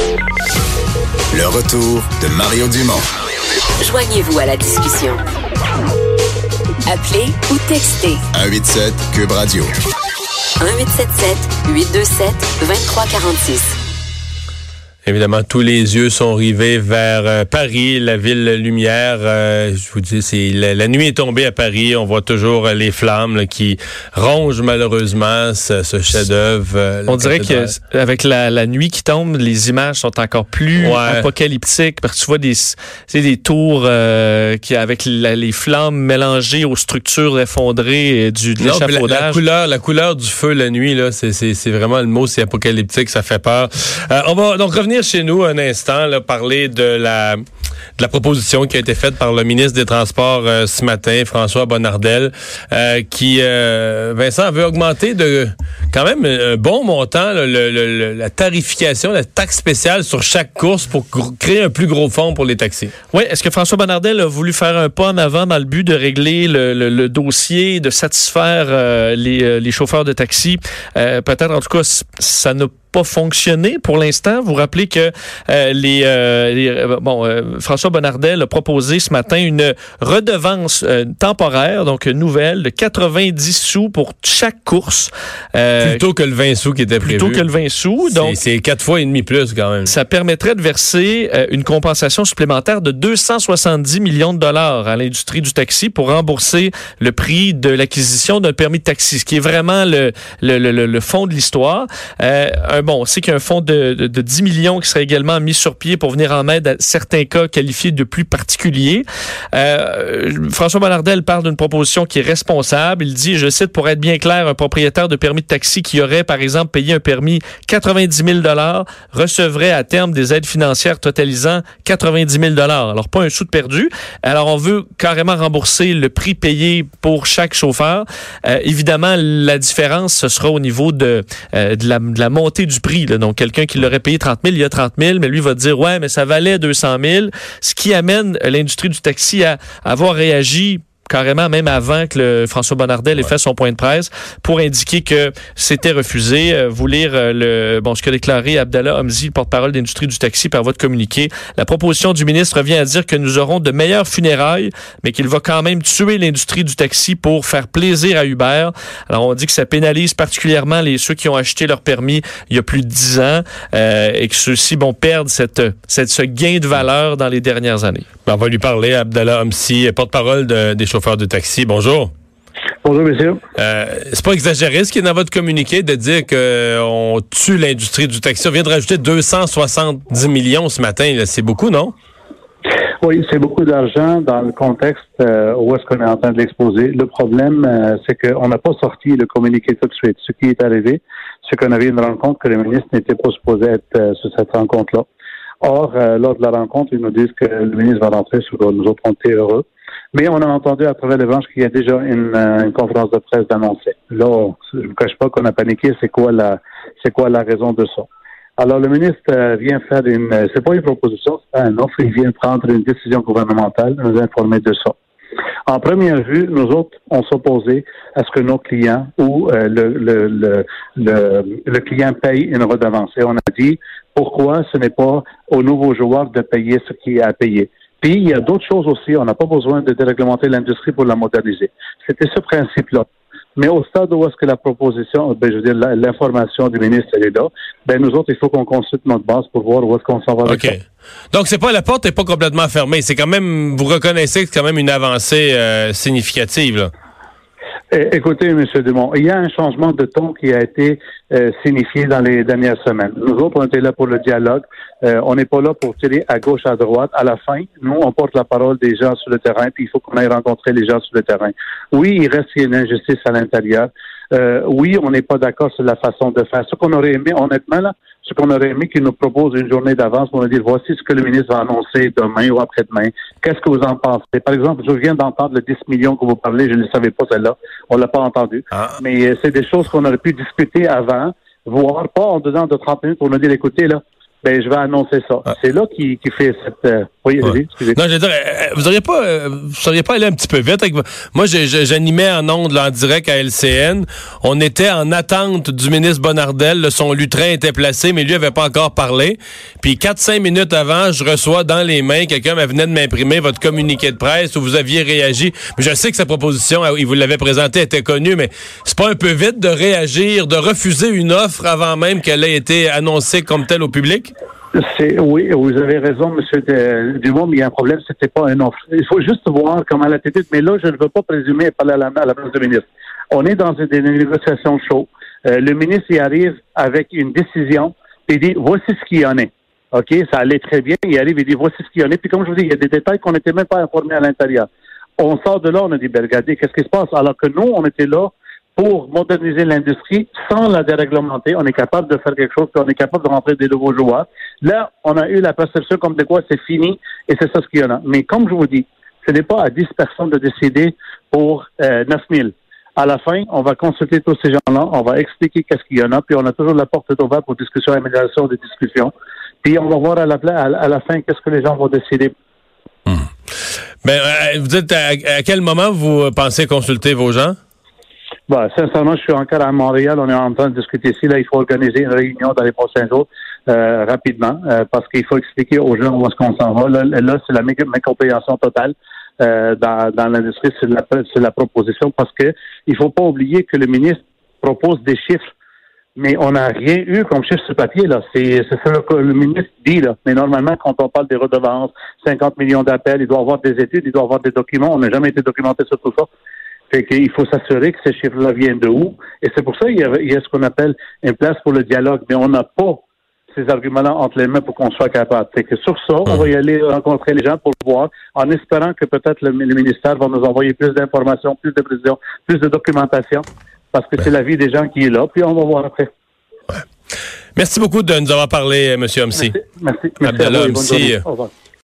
Le retour de Mario Dumont. Joignez-vous à la discussion. Appelez ou textez 187 Cube Radio. 1877-827-2346. Évidemment, tous les yeux sont rivés vers Paris, la ville lumière. Je vous dis, la nuit est tombée à Paris. On voit toujours les flammes là, qui rongent malheureusement ce chef-d'œuvre. On dirait qu'avec la nuit qui tombe, les images sont encore plus apocalyptiques parce que tu vois des tours qui avec les flammes mélangées aux structures effondrées de l'échafaudage. La couleur du feu la nuit là, c'est vraiment le mot, c'est apocalyptique, ça fait peur. On va donc revenir chez nous un instant, là, parler de la proposition qui a été faite par le ministre des Transports ce matin, François Bonnardel, qui, Vincent, veut augmenter de quand même un bon montant là, la tarification, la taxe spéciale sur chaque course pour créer un plus gros fonds pour les taxis. Oui, est-ce que François Bonnardel a voulu faire un pas en avant dans le but de régler le dossier, de satisfaire les chauffeurs de taxi? Peut-être, en tout cas, ça n'a pas fonctionné pour l'instant. Vous rappelez que François Bonnardel a proposé ce matin une redevance temporaire, donc nouvelle, de 90 sous pour chaque course. Plutôt que le 20 sous qui était prévu. Plutôt que le 20 sous. Donc, c'est 4 fois et demi plus quand même. Ça permettrait de verser une compensation supplémentaire de 270 millions de dollars à l'industrie du taxi pour rembourser le prix de l'acquisition d'un permis de taxi, ce qui est vraiment le fond de l'histoire. On sait qu'il y a un fonds de 10 millions qui serait également mis sur pied pour venir en aide à certains cas qualifiés de plus particuliers. François Bonnardel parle d'une proposition qui est responsable. Il dit, je cite, pour être bien clair, un propriétaire de permis de taxi qui aurait, par exemple, payé un permis 90 000 $ recevrait à terme des aides financières totalisant 90 000 $. Alors, pas un sou de perdu. Alors, on veut carrément rembourser le prix payé pour chaque chauffeur. Évidemment, la différence, ce sera au niveau de la montée du prix. Là. Donc, quelqu'un qui l'aurait payé 30 000, il y a 30 000, mais lui va dire, ouais, mais ça valait 200 000, ce qui amène l'industrie du taxi à avoir réagi carrément même avant que François Bonnardel ait fait son point de presse pour indiquer que c'était refusé. Vous lire ce qu'a déclaré Abdallah Hamzi, le porte-parole d'industrie du taxi, par votre communiqué. La proposition du ministre revient à dire que nous aurons de meilleures funérailles, mais qu'il va quand même tuer l'industrie du taxi pour faire plaisir à Uber. Alors, on dit que ça pénalise particulièrement ceux qui ont acheté leur permis il y a plus de 10 ans et que ceux-ci perdent ce gain de valeur dans les dernières années. On va lui parler, Abdallah Hamzi, porte-parole des chauffeurs de taxi. Bonjour. Bonjour, monsieur. C'est pas exagéré ce qui est dans votre communiqué de dire qu'on tue l'industrie du taxi. On vient de rajouter 270 millions ce matin. Là. C'est beaucoup, non? Oui, c'est beaucoup d'argent dans le contexte où est-ce qu'on est en train de l'exposer. Le problème, c'est qu'on n'a pas sorti le communiqué tout de suite. Ce qui est arrivé, c'est qu'on avait une rencontre que le ministre n'était pas supposé être sur cette rencontre-là. Or, lors de la rencontre, ils nous disent que le ministre va rentrer sur nous autres, on était heureux. Mais on a entendu à travers les branches qu'il y a déjà une conférence de presse d'annoncer. Là, je ne vous cache pas qu'on a paniqué. C'est quoi la raison de ça? Alors, le ministre vient faire c'est pas une proposition, c'est pas un offre. Il vient prendre une décision gouvernementale, nous informer de ça. En première vue, nous autres, on s'opposait à ce que nos clients ou le client paye une redevance. Et on a dit, pourquoi ce n'est pas aux nouveaux joueurs de payer ce qui est à payer? Puis, il y a d'autres choses aussi. On n'a pas besoin de déréglementer l'industrie pour la moderniser. C'était ce principe-là. Mais au stade où est-ce que la proposition, l'information du ministre elle est là, nous autres, il faut qu'on consulte notre base pour voir où est-ce qu'on s'en va avec ça. Donc, la porte n'est pas complètement fermée. C'est quand même, vous reconnaissez que c'est quand même une avancée significative, là. Écoutez, M. Dumont, il y a un changement de ton qui a été signifié dans les dernières semaines. Nous autres, on était là pour le dialogue. On n'est pas là pour tirer à gauche, à droite. À la fin, nous, on porte la parole des gens sur le terrain, puis il faut qu'on aille rencontrer les gens sur le terrain. Oui, il reste une injustice à l'intérieur. Oui, on n'est pas d'accord sur la façon de faire. Ce qu'on aurait aimé, honnêtement, là, ce qu'on aurait aimé qu'il nous propose une journée d'avance pour nous dire voici ce que le ministre va annoncer demain ou après-demain. Qu'est-ce que vous en pensez? Par exemple, je viens d'entendre le 10 millions que vous parlez, je ne savais pas celle-là. On l'a pas entendu. Mais c'est des choses qu'on aurait pu discuter avant, voire pas en dedans de 30 minutes pour nous dire écoutez, là, ben je vais annoncer ça. Ah. C'est là qui fait cette... Oui, Ouais. excusez. Non, je veux dire, vous seriez pas allé un petit peu vite avec... Moi, j'animais en ondes, là, en direct à LCN. On était en attente du ministre Bonnardel. Son lutrin était placé, mais lui avait pas encore parlé. Puis 4-5 minutes avant, je reçois dans les mains, quelqu'un venait de m'imprimer votre communiqué de presse où vous aviez réagi. Mais je sais que sa proposition, il vous l'avait présentée, était connue, mais c'est pas un peu vite de réagir, de refuser une offre avant même qu'elle ait été annoncée comme telle au public? Oui, vous avez raison, M. Dumont, mais il y a un problème, c'était pas un offre. Il faut juste voir comment l'attitude, mais là, je ne veux pas présumer et parler à la place du ministre. On est dans des négociations chaudes. Le ministre y arrive avec une décision, et il dit, voici ce qu'il y en est. OK, ça allait très bien, il arrive et dit, voici ce qu'il y en est. Puis comme je vous dis, il y a des détails qu'on n'était même pas informés à l'intérieur. On sort de là, on a dit, ben regardez, qu'est-ce qui se passe? Alors que nous, on était là pour moderniser l'industrie sans la déréglementer. On est capable de faire quelque chose, puis on est capable de rentrer des nouveaux joueurs. Là, on a eu la perception comme de quoi c'est fini, et c'est ça ce qu'il y en a. Mais comme je vous dis, ce n'est pas à 10 personnes de décider pour 9 000. À la fin, on va consulter tous ces gens-là, on va expliquer qu'est-ce qu'il y en a, puis on a toujours la porte ouverte pour discussion et amélioration des discussions. Puis on va voir à la fin qu'est-ce que les gens vont décider. Ben, vous dites à quel moment vous pensez consulter vos gens? Bon, sincèrement, je suis encore à Montréal. On est en train de discuter ici. Là, il faut organiser une réunion dans les prochains jours rapidement parce qu'il faut expliquer aux gens où est-ce qu'on s'en va. Là c'est la mécompréhension totale dans l'industrie. C'est la proposition parce que il faut pas oublier que le ministre propose des chiffres, mais on n'a rien eu comme chiffre sur papier. Là, c'est ça que le ministre dit là. Mais normalement, quand on parle des redevances, 50 millions d'appels, il doit y avoir des études, il doit y avoir des documents. On n'a jamais été documenté sur tout ça. Fait qu'il faut s'assurer que ces chiffres-là viennent de où. Et c'est pour ça qu'il y a ce qu'on appelle une place pour le dialogue. Mais on n'a pas ces arguments-là entre les mains pour qu'on soit capable. Fait que sur ça, on va y aller rencontrer les gens pour le voir, en espérant que peut-être le ministère va nous envoyer plus d'informations, plus de précisions, plus de documentation, parce que c'est la vie des gens qui est là. Puis on va voir après. Ouais. Merci beaucoup de nous avoir parlé, M. Homsi. Merci. Abdallah Homsi. Au revoir.